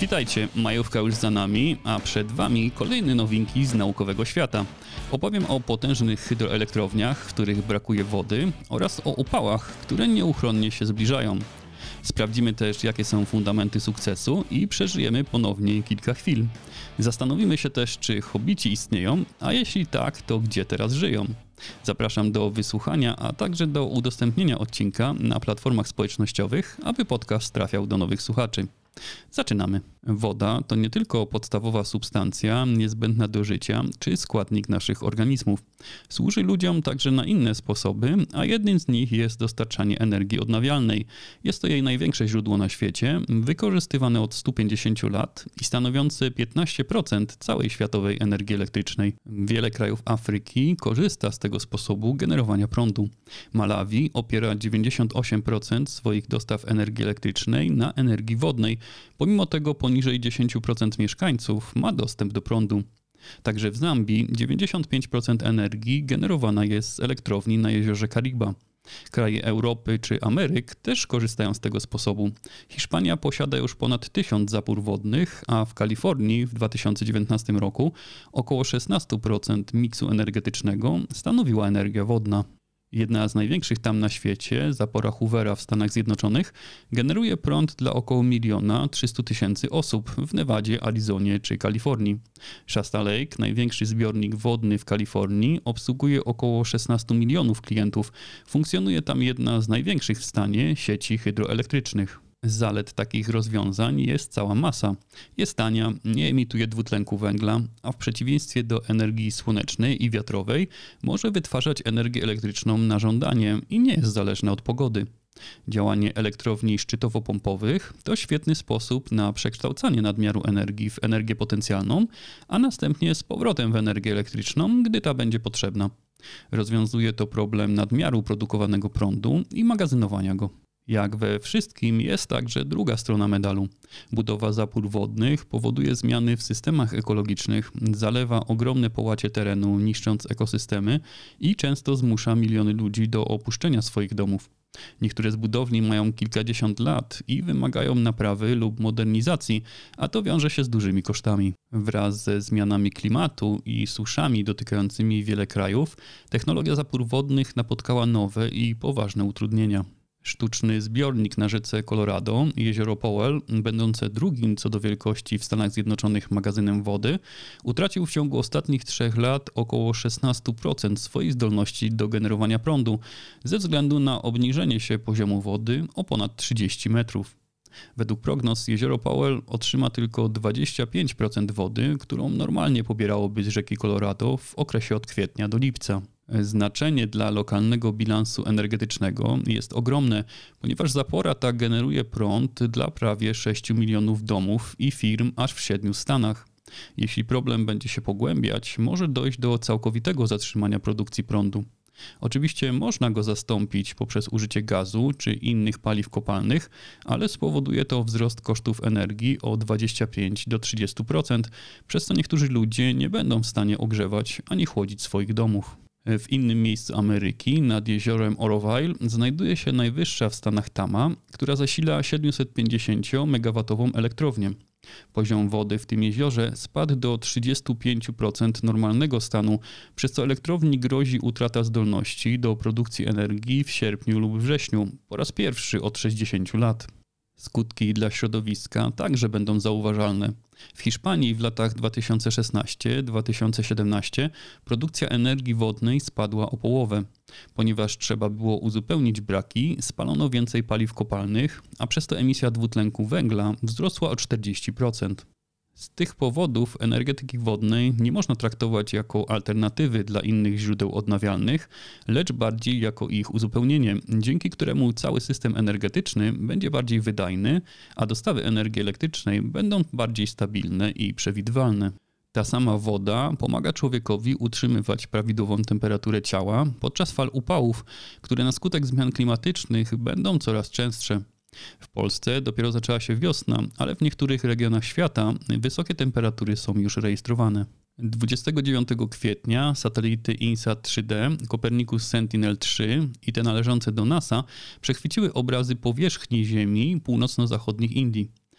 Witajcie, majówka już za nami, a przed Wami kolejne nowinki z naukowego świata. Opowiem o potężnych hydroelektrowniach, w których brakuje wody, oraz o upałach, które nieuchronnie się zbliżają. Sprawdzimy też, jakie są fundamenty sukcesu i przeżyjemy ponownie kilka chwil. Zastanowimy się też, czy hobbici istnieją, a jeśli tak, to gdzie teraz żyją. Zapraszam do wysłuchania, a także do udostępnienia odcinka na platformach społecznościowych, aby podcast trafiał do nowych słuchaczy. Zaczynamy. Woda to nie tylko podstawowa substancja niezbędna do życia czy składnik naszych organizmów. Służy ludziom także na inne sposoby, a jednym z nich jest dostarczanie energii odnawialnej. Jest to jej największe źródło na świecie, wykorzystywane od 150 lat i stanowiące 15% całej światowej energii elektrycznej. Wiele krajów Afryki korzysta z tego sposobu generowania prądu. Malawi opiera 98% swoich dostaw energii elektrycznej na energii wodnej. Pomimo tego poniżej 10% mieszkańców ma dostęp do prądu. Także w Zambii 95% energii generowana jest z elektrowni na jeziorze Kariba. Kraje Europy czy Ameryk też korzystają z tego sposobu. Hiszpania posiada już ponad 1000 zapór wodnych, a w Kalifornii w 2019 roku około 16% miksu energetycznego stanowiła energia wodna. Jedna z największych tam na świecie, zapora Hoovera w Stanach Zjednoczonych, generuje prąd dla około 1 300 000 osób w Nevadzie, Arizonie czy Kalifornii. Shasta Lake, największy zbiornik wodny w Kalifornii, obsługuje około 16 milionów klientów. Funkcjonuje tam jedna z największych w stanie sieci hydroelektrycznych. Zalet takich rozwiązań jest cała masa. Jest tania, nie emituje dwutlenku węgla, a w przeciwieństwie do energii słonecznej i wiatrowej może wytwarzać energię elektryczną na żądanie i nie jest zależna od pogody. Działanie elektrowni szczytowo-pompowych to świetny sposób na przekształcanie nadmiaru energii w energię potencjalną, a następnie z powrotem w energię elektryczną, gdy ta będzie potrzebna. Rozwiązuje to problem nadmiaru produkowanego prądu i magazynowania go. Jak we wszystkim jest także druga strona medalu. Budowa zapór wodnych powoduje zmiany w systemach ekologicznych, zalewa ogromne połacie terenu, niszcząc ekosystemy i często zmusza miliony ludzi do opuszczenia swoich domów. Niektóre z budowli mają kilkadziesiąt lat i wymagają naprawy lub modernizacji, a to wiąże się z dużymi kosztami. Wraz ze zmianami klimatu i suszami dotykającymi wiele krajów, technologia zapór wodnych napotkała nowe i poważne utrudnienia. Sztuczny zbiornik na rzece Colorado, jezioro Powell, będące drugim co do wielkości w Stanach Zjednoczonych magazynem wody, utracił w ciągu ostatnich 3 lat około 16% swojej zdolności do generowania prądu ze względu na obniżenie się poziomu wody o ponad 30 metrów. Według prognoz jezioro Powell otrzyma tylko 25% wody, którą normalnie pobierałoby z rzeki Colorado w okresie od kwietnia do lipca. Znaczenie dla lokalnego bilansu energetycznego jest ogromne, ponieważ zapora ta generuje prąd dla prawie 6 milionów domów i firm aż w 7 stanach. Jeśli problem będzie się pogłębiać, może dojść do całkowitego zatrzymania produkcji prądu. Oczywiście można go zastąpić poprzez użycie gazu czy innych paliw kopalnych, ale spowoduje to wzrost kosztów energii o 25 do 30%, przez co niektórzy ludzie nie będą w stanie ogrzewać ani chłodzić swoich domów. W innym miejscu Ameryki, nad jeziorem Oroville, znajduje się najwyższa w Stanach Tama, która zasila 750-megawatową elektrownię. Poziom wody w tym jeziorze spadł do 35% normalnego stanu, przez co elektrowni grozi utrata zdolności do produkcji energii w sierpniu lub wrześniu, po raz pierwszy od 60 lat. Skutki dla środowiska także będą zauważalne. W Hiszpanii w latach 2016-2017 produkcja energii wodnej spadła o połowę. Ponieważ trzeba było uzupełnić braki, spalono więcej paliw kopalnych, a przez to emisja dwutlenku węgla wzrosła o 40%. Z tych powodów energetyki wodnej nie można traktować jako alternatywy dla innych źródeł odnawialnych, lecz bardziej jako ich uzupełnienie, dzięki któremu cały system energetyczny będzie bardziej wydajny, a dostawy energii elektrycznej będą bardziej stabilne i przewidywalne. Ta sama woda pomaga człowiekowi utrzymywać prawidłową temperaturę ciała podczas fal upałów, które na skutek zmian klimatycznych będą coraz częstsze. W Polsce dopiero zaczęła się wiosna, ale w niektórych regionach świata wysokie temperatury są już rejestrowane. 29 kwietnia satelity INSAT 3D, Copernicus Sentinel-3 i te należące do NASA przechwyciły obrazy powierzchni Ziemi północno-zachodnich Indii.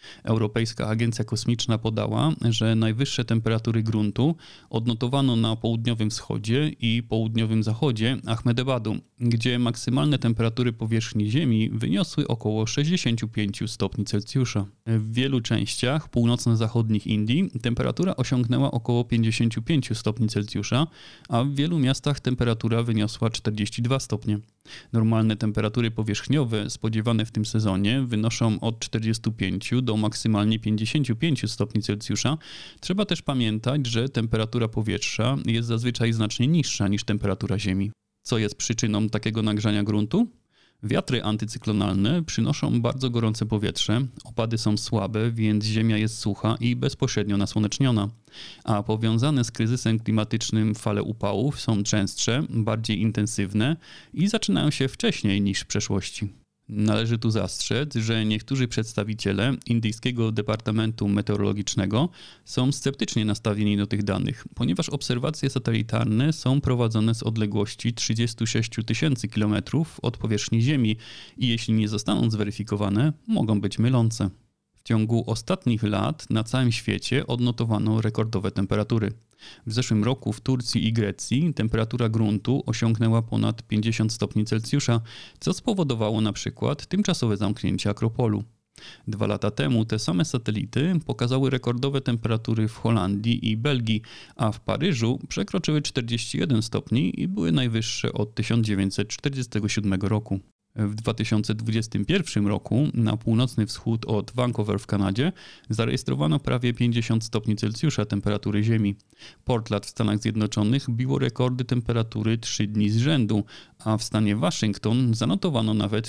Europejska Agencja Kosmiczna podała, że najwyższe temperatury gruntu odnotowano na południowym wschodzie i południowym zachodzie Ahmedabadu, gdzie maksymalne temperatury powierzchni Ziemi wyniosły około 65 stopni Celsjusza. W wielu częściach północno-zachodnich Indii temperatura osiągnęła około 55 stopni Celsjusza, a w wielu miastach temperatura wyniosła 42 stopnie. Normalne temperatury powierzchniowe spodziewane w tym sezonie wynoszą od 45 do maksymalnie 55 stopni Celsjusza. Trzeba też pamiętać, że temperatura powietrza jest zazwyczaj znacznie niższa niż temperatura Ziemi. Co jest przyczyną takiego nagrzania gruntu? Wiatry antycyklonalne przynoszą bardzo gorące powietrze, opady są słabe, więc ziemia jest sucha i bezpośrednio nasłoneczniona. A powiązane z kryzysem klimatycznym fale upałów są częstsze, bardziej intensywne i zaczynają się wcześniej niż w przeszłości. Należy tu zastrzec, że niektórzy przedstawiciele indyjskiego Departamentu Meteorologicznego są sceptycznie nastawieni do tych danych, ponieważ obserwacje satelitarne są prowadzone z odległości 36 tysięcy kilometrów od powierzchni Ziemi i jeśli nie zostaną zweryfikowane, mogą być mylące. W ciągu ostatnich lat na całym świecie odnotowano rekordowe temperatury. W zeszłym roku w Turcji i Grecji temperatura gruntu osiągnęła ponad 50 stopni Celsjusza, co spowodowało na przykład tymczasowe zamknięcie Akropolu. 2 lata temu te same satelity pokazały rekordowe temperatury w Holandii i Belgii, a w Paryżu przekroczyły 41 stopni i były najwyższe od 1947 roku. W 2021 roku na północny wschód od Vancouver w Kanadzie zarejestrowano prawie 50 stopni Celsjusza temperatury Ziemi. Portland w Stanach Zjednoczonych biło rekordy temperatury 3 dni z rzędu, a w stanie Waszyngton zanotowano nawet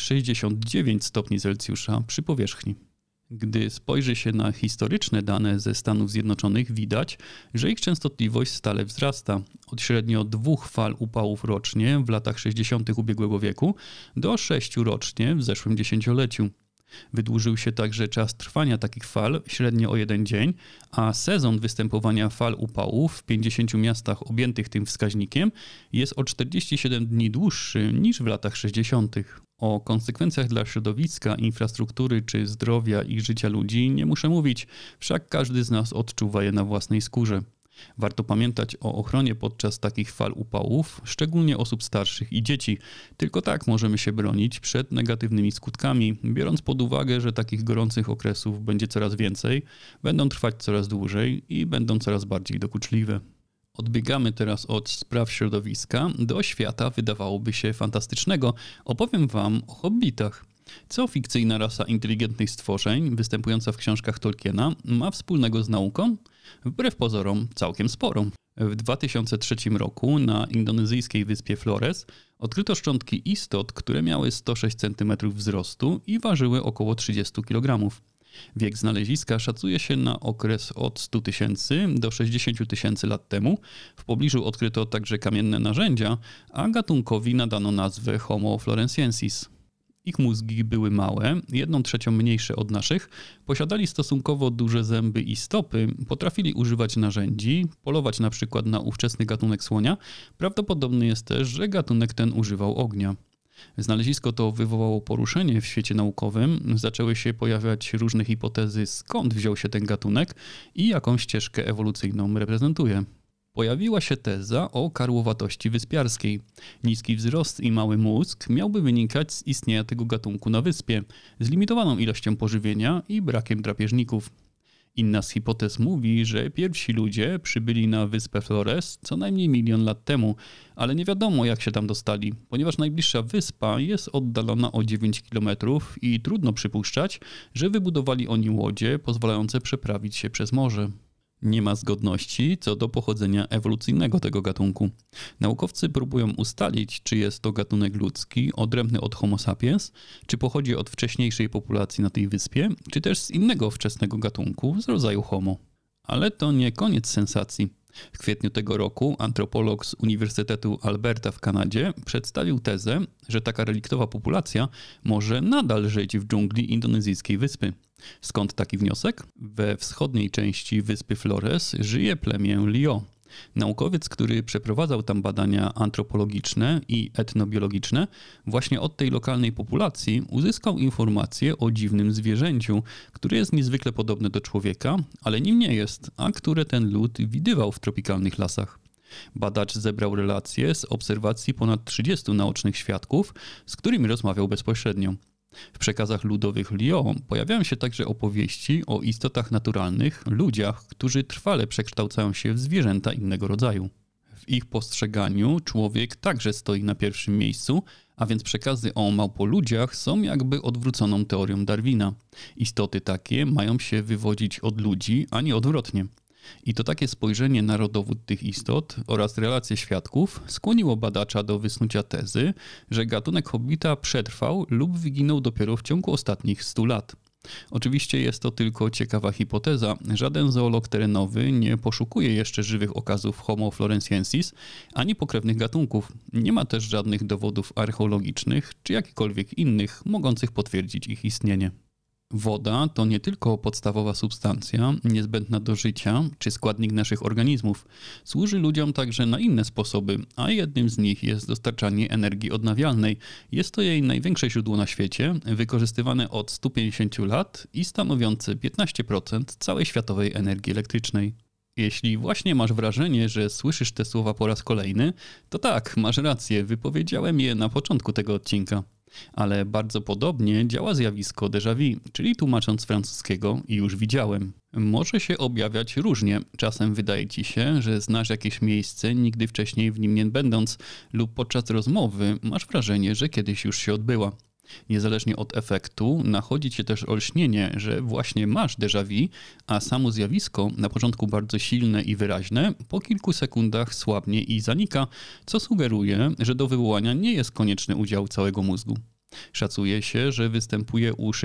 69 stopni Celsjusza przy powierzchni. Gdy spojrzy się na historyczne dane ze Stanów Zjednoczonych, widać, że ich częstotliwość stale wzrasta. Od średnio 2 fal upałów rocznie w latach 60. ubiegłego wieku do 6 rocznie w zeszłym dziesięcioleciu. Wydłużył się także czas trwania takich fal średnio o 1 dzień, a sezon występowania fal upałów w 50 miastach objętych tym wskaźnikiem jest o 47 dni dłuższy niż w latach 60. O konsekwencjach dla środowiska, infrastruktury czy zdrowia i życia ludzi nie muszę mówić, wszak każdy z nas odczuwa je na własnej skórze. Warto pamiętać o ochronie podczas takich fal upałów, szczególnie osób starszych i dzieci. Tylko tak możemy się bronić przed negatywnymi skutkami, biorąc pod uwagę, że takich gorących okresów będzie coraz więcej, będą trwać coraz dłużej i będą coraz bardziej dokuczliwe. Odbiegamy teraz od spraw środowiska do świata wydawałoby się fantastycznego. Opowiem wam o hobbitach. Co fikcyjna rasa inteligentnych stworzeń, występująca w książkach Tolkiena, ma wspólnego z nauką? Wbrew pozorom całkiem sporo. W 2003 roku na indonezyjskiej wyspie Flores odkryto szczątki istot, które miały 106 cm wzrostu i ważyły około 30 kg. Wiek znaleziska szacuje się na okres od 100 tysięcy do 60 tysięcy lat temu. W pobliżu odkryto także kamienne narzędzia, a gatunkowi nadano nazwę Homo floresiensis. Ich mózgi były małe, 1/3 mniejsze od naszych, posiadali stosunkowo duże zęby i stopy, potrafili używać narzędzi, polować na przykład na ówczesny gatunek słonia. Prawdopodobne jest też, że gatunek ten używał ognia. Znalezisko to wywołało poruszenie w świecie naukowym, zaczęły się pojawiać różne hipotezy, skąd wziął się ten gatunek i jaką ścieżkę ewolucyjną reprezentuje. Pojawiła się teza o karłowatości wyspiarskiej. Niski wzrost i mały mózg miałby wynikać z istnienia tego gatunku na wyspie, z limitowaną ilością pożywienia i brakiem drapieżników. Inna z hipotez mówi, że pierwsi ludzie przybyli na wyspę Flores co najmniej 1 000 000 lat temu, ale nie wiadomo jak się tam dostali, ponieważ najbliższa wyspa jest oddalona o 9 km i trudno przypuszczać, że wybudowali oni łodzie pozwalające przeprawić się przez morze. Nie ma zgodności co do pochodzenia ewolucyjnego tego gatunku. Naukowcy próbują ustalić, czy jest to gatunek ludzki, odrębny od Homo sapiens, czy pochodzi od wcześniejszej populacji na tej wyspie, czy też z innego wczesnego gatunku z rodzaju Homo. Ale to nie koniec sensacji. W kwietniu tego roku antropolog z Uniwersytetu Alberta w Kanadzie przedstawił tezę, że taka reliktowa populacja może nadal żyć w dżungli indonezyjskiej wyspy. Skąd taki wniosek? We wschodniej części wyspy Flores żyje plemię Lio. Naukowiec, który przeprowadzał tam badania antropologiczne i etnobiologiczne, właśnie od tej lokalnej populacji uzyskał informacje o dziwnym zwierzęciu, które jest niezwykle podobne do człowieka, ale nim nie jest, a które ten lud widywał w tropikalnych lasach. Badacz zebrał relacje z obserwacji ponad 30 naocznych świadków, z którymi rozmawiał bezpośrednio. W przekazach ludowych Lyon pojawiają się także opowieści o istotach naturalnych, ludziach, którzy trwale przekształcają się w zwierzęta innego rodzaju. W ich postrzeganiu człowiek także stoi na pierwszym miejscu, a więc przekazy o małpoludziach są jakby odwróconą teorią Darwina. Istoty takie mają się wywodzić od ludzi, a nie odwrotnie. I to takie spojrzenie na rodowód tych istot oraz relacje świadków skłoniło badacza do wysnucia tezy, że gatunek hobbita przetrwał lub wyginął dopiero w ciągu ostatnich 100 lat. Oczywiście jest to tylko ciekawa hipoteza. Żaden zoolog terenowy nie poszukuje jeszcze żywych okazów Homo floresiensis ani pokrewnych gatunków. Nie ma też żadnych dowodów archeologicznych czy jakichkolwiek innych mogących potwierdzić ich istnienie. Woda to nie tylko podstawowa substancja niezbędna do życia czy składnik naszych organizmów. Służy ludziom także na inne sposoby, a jednym z nich jest dostarczanie energii odnawialnej. Jest to jej największe źródło na świecie, wykorzystywane od 150 lat i stanowiące 15% całej światowej energii elektrycznej. Jeśli właśnie masz wrażenie, że słyszysz te słowa po raz kolejny, to tak, masz rację, wypowiedziałem je na początku tego odcinka. Ale bardzo podobnie działa zjawisko déjà vu, czyli tłumacząc z francuskiego już widziałem. Może się objawiać różnie. Czasem wydaje ci się, że znasz jakieś miejsce, nigdy wcześniej w nim nie będąc, lub podczas rozmowy masz wrażenie, że kiedyś już się odbyła. Niezależnie od efektu, nachodzi cię też olśnienie, że właśnie masz déjà vu, a samo zjawisko, na początku bardzo silne i wyraźne, po kilku sekundach słabnie i zanika, co sugeruje, że do wywołania nie jest konieczny udział całego mózgu. Szacuje się, że występuje u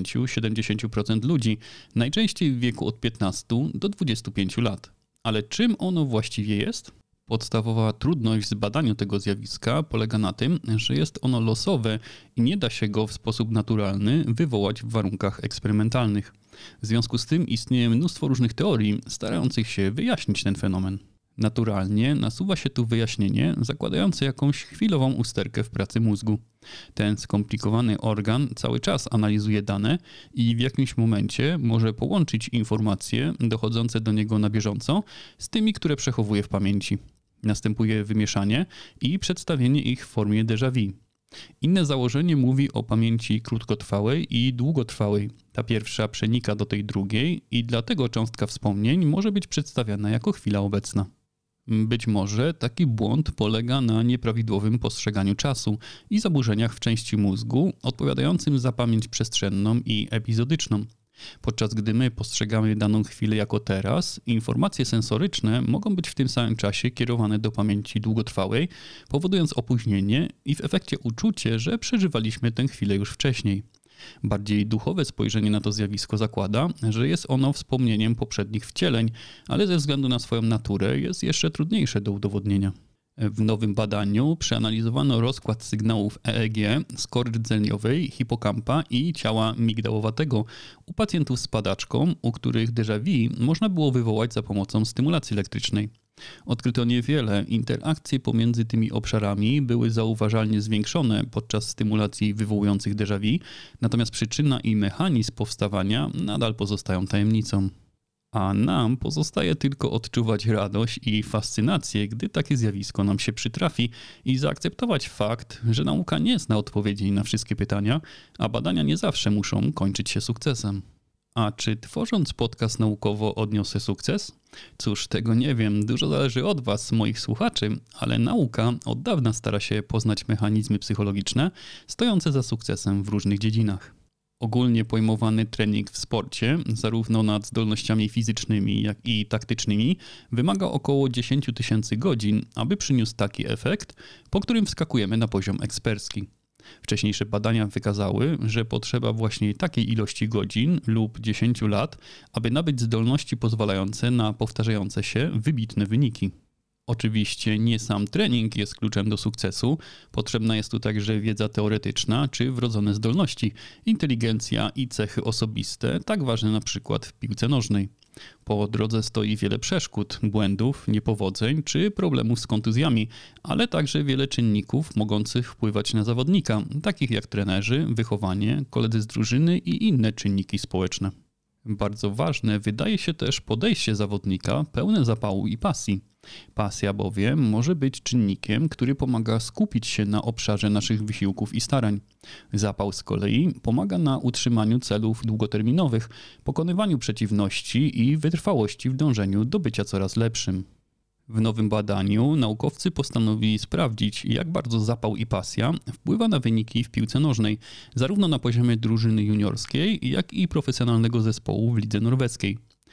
60-70% ludzi, najczęściej w wieku od 15 do 25 lat. Ale czym ono właściwie jest? Podstawowa trudność z badaniem tego zjawiska polega na tym, że jest ono losowe i nie da się go w sposób naturalny wywołać w warunkach eksperymentalnych. W związku z tym istnieje mnóstwo różnych teorii starających się wyjaśnić ten fenomen. Naturalnie nasuwa się tu wyjaśnienie zakładające jakąś chwilową usterkę w pracy mózgu. Ten skomplikowany organ cały czas analizuje dane i w jakimś momencie może połączyć informacje dochodzące do niego na bieżąco z tymi, które przechowuje w pamięci. Następuje wymieszanie i przedstawienie ich w formie déjà vu. Inne założenie mówi o pamięci krótkotrwałej i długotrwałej. Ta pierwsza przenika do tej drugiej i dlatego cząstka wspomnień może być przedstawiana jako chwila obecna. Być może taki błąd polega na nieprawidłowym postrzeganiu czasu i zaburzeniach w części mózgu odpowiadającym za pamięć przestrzenną i epizodyczną. Podczas gdy my postrzegamy daną chwilę jako teraz, informacje sensoryczne mogą być w tym samym czasie kierowane do pamięci długotrwałej, powodując opóźnienie i w efekcie uczucie, że przeżywaliśmy tę chwilę już wcześniej. Bardziej duchowe spojrzenie na to zjawisko zakłada, że jest ono wspomnieniem poprzednich wcieleń, ale ze względu na swoją naturę jest jeszcze trudniejsze do udowodnienia. W nowym badaniu przeanalizowano rozkład sygnałów EEG z kory rdzeniowej, hipokampa i ciała migdałowatego u pacjentów z padaczką, u których déjà vu można było wywołać za pomocą stymulacji elektrycznej. Odkryto niewiele, interakcje pomiędzy tymi obszarami były zauważalnie zwiększone podczas stymulacji wywołujących déjà vu, natomiast przyczyna i mechanizm powstawania nadal pozostają tajemnicą. A nam pozostaje tylko odczuwać radość i fascynację, gdy takie zjawisko nam się przytrafi i zaakceptować fakt, że nauka nie zna odpowiedzi na wszystkie pytania, a badania nie zawsze muszą kończyć się sukcesem. A czy tworząc podcast naukowo odniosę sukces? Cóż, tego nie wiem, dużo zależy od was, moich słuchaczy, ale nauka od dawna stara się poznać mechanizmy psychologiczne stojące za sukcesem w różnych dziedzinach. Ogólnie pojmowany trening w sporcie, zarówno nad zdolnościami fizycznymi, jak i taktycznymi, wymaga około 10 000 godzin, aby przyniósł taki efekt, po którym wskakujemy na poziom ekspercki. Wcześniejsze badania wykazały, że potrzeba właśnie takiej ilości godzin lub 10 lat, aby nabyć zdolności pozwalające na powtarzające się wybitne wyniki. Oczywiście nie sam trening jest kluczem do sukcesu. Potrzebna jest tu także wiedza teoretyczna czy wrodzone zdolności, inteligencja i cechy osobiste, tak ważne na przykład w piłce nożnej. Po drodze stoi wiele przeszkód, błędów, niepowodzeń czy problemów z kontuzjami, ale także wiele czynników mogących wpływać na zawodnika, takich jak trenerzy, wychowanie, koledzy z drużyny i inne czynniki społeczne. Bardzo ważne wydaje się też podejście zawodnika pełne zapału i pasji. Pasja bowiem może być czynnikiem, który pomaga skupić się na obszarze naszych wysiłków i starań. Zapał z kolei pomaga na utrzymaniu celów długoterminowych, pokonywaniu przeciwności i wytrwałości w dążeniu do bycia coraz lepszym. W nowym badaniu naukowcy postanowili sprawdzić, jak bardzo zapał i pasja wpływa na wyniki w piłce nożnej, zarówno na poziomie drużyny juniorskiej, jak i profesjonalnego zespołu w lidze norweskiej.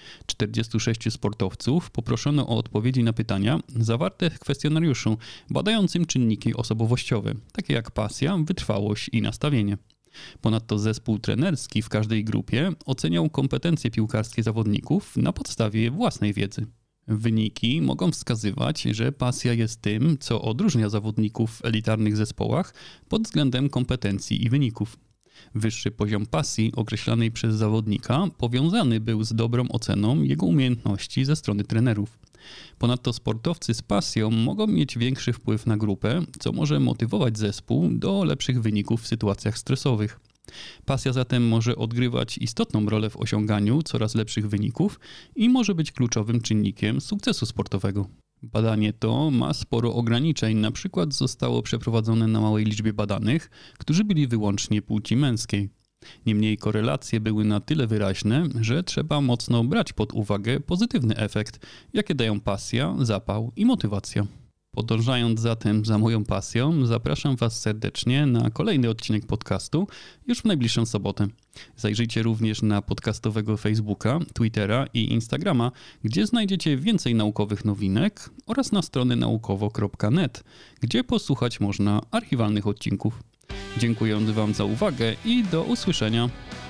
46 sportowców poproszono o odpowiedzi na pytania zawarte w kwestionariuszu badającym czynniki osobowościowe, takie jak pasja, wytrwałość i nastawienie. Ponadto zespół trenerski w każdej grupie oceniał kompetencje piłkarskie zawodników na podstawie własnej wiedzy. Wyniki mogą wskazywać, że pasja jest tym, co odróżnia zawodników w elitarnych zespołach pod względem kompetencji i wyników. Wyższy poziom pasji określanej przez zawodnika powiązany był z dobrą oceną jego umiejętności ze strony trenerów. Ponadto sportowcy z pasją mogą mieć większy wpływ na grupę, co może motywować zespół do lepszych wyników w sytuacjach stresowych. Pasja zatem może odgrywać istotną rolę w osiąganiu coraz lepszych wyników i może być kluczowym czynnikiem sukcesu sportowego. Badanie to ma sporo ograniczeń, na przykład zostało przeprowadzone na małej liczbie badanych, którzy byli wyłącznie płci męskiej. Niemniej korelacje były na tyle wyraźne, że trzeba mocno brać pod uwagę pozytywny efekt, jakie dają pasja, zapał i motywacja. Podążając zatem za moją pasją, zapraszam Was serdecznie na kolejny odcinek podcastu już w najbliższą sobotę. Zajrzyjcie również na podcastowego Facebooka, Twittera i Instagrama, gdzie znajdziecie więcej naukowych nowinek oraz na stronę naukowo.net, gdzie posłuchać można archiwalnych odcinków. Dziękuję Wam za uwagę i do usłyszenia.